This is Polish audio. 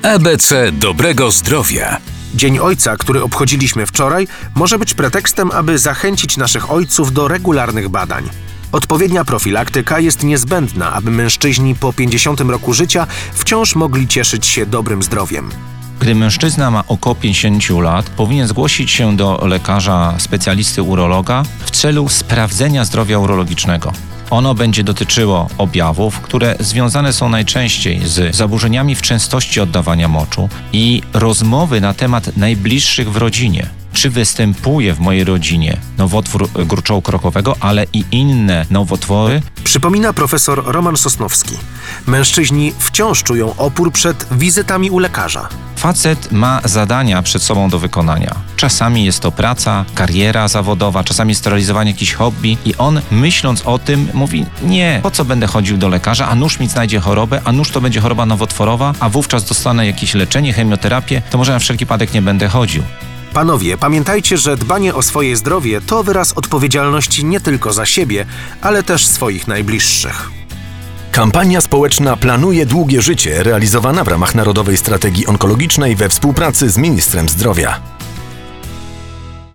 ABC dobrego zdrowia. Dzień Ojca, który obchodziliśmy wczoraj, może być pretekstem, aby zachęcić naszych ojców do regularnych badań. Odpowiednia profilaktyka jest niezbędna, aby mężczyźni po 50 roku życia wciąż mogli cieszyć się dobrym zdrowiem. Gdy mężczyzna ma około 50 lat, powinien zgłosić się do lekarza specjalisty urologa w celu sprawdzenia zdrowia urologicznego. Ono będzie dotyczyło objawów, które związane są najczęściej z zaburzeniami w częstości oddawania moczu i rozmowy na temat najbliższych w rodzinie. Czy występuje w mojej rodzinie nowotwór gruczołu krokowego, ale i inne nowotwory? Przypomina profesor Roman Sosnowski. Mężczyźni wciąż czują opór przed wizytami u lekarza. Facet ma zadania przed sobą do wykonania. Czasami jest to praca, kariera zawodowa, czasami jest to realizowanie jakichś hobby i on, myśląc o tym, mówi: nie, po co będę chodził do lekarza, a nuż mi znajdzie chorobę, a nuż to będzie choroba nowotworowa, a wówczas dostanę jakieś leczenie, chemioterapię, to może na wszelki wypadek nie będę chodził. Panowie, pamiętajcie, że dbanie o swoje zdrowie to wyraz odpowiedzialności nie tylko za siebie, ale też swoich najbliższych. Kampania społeczna Planuje długie życie, realizowana w ramach Narodowej Strategii Onkologicznej we współpracy z Ministrem Zdrowia.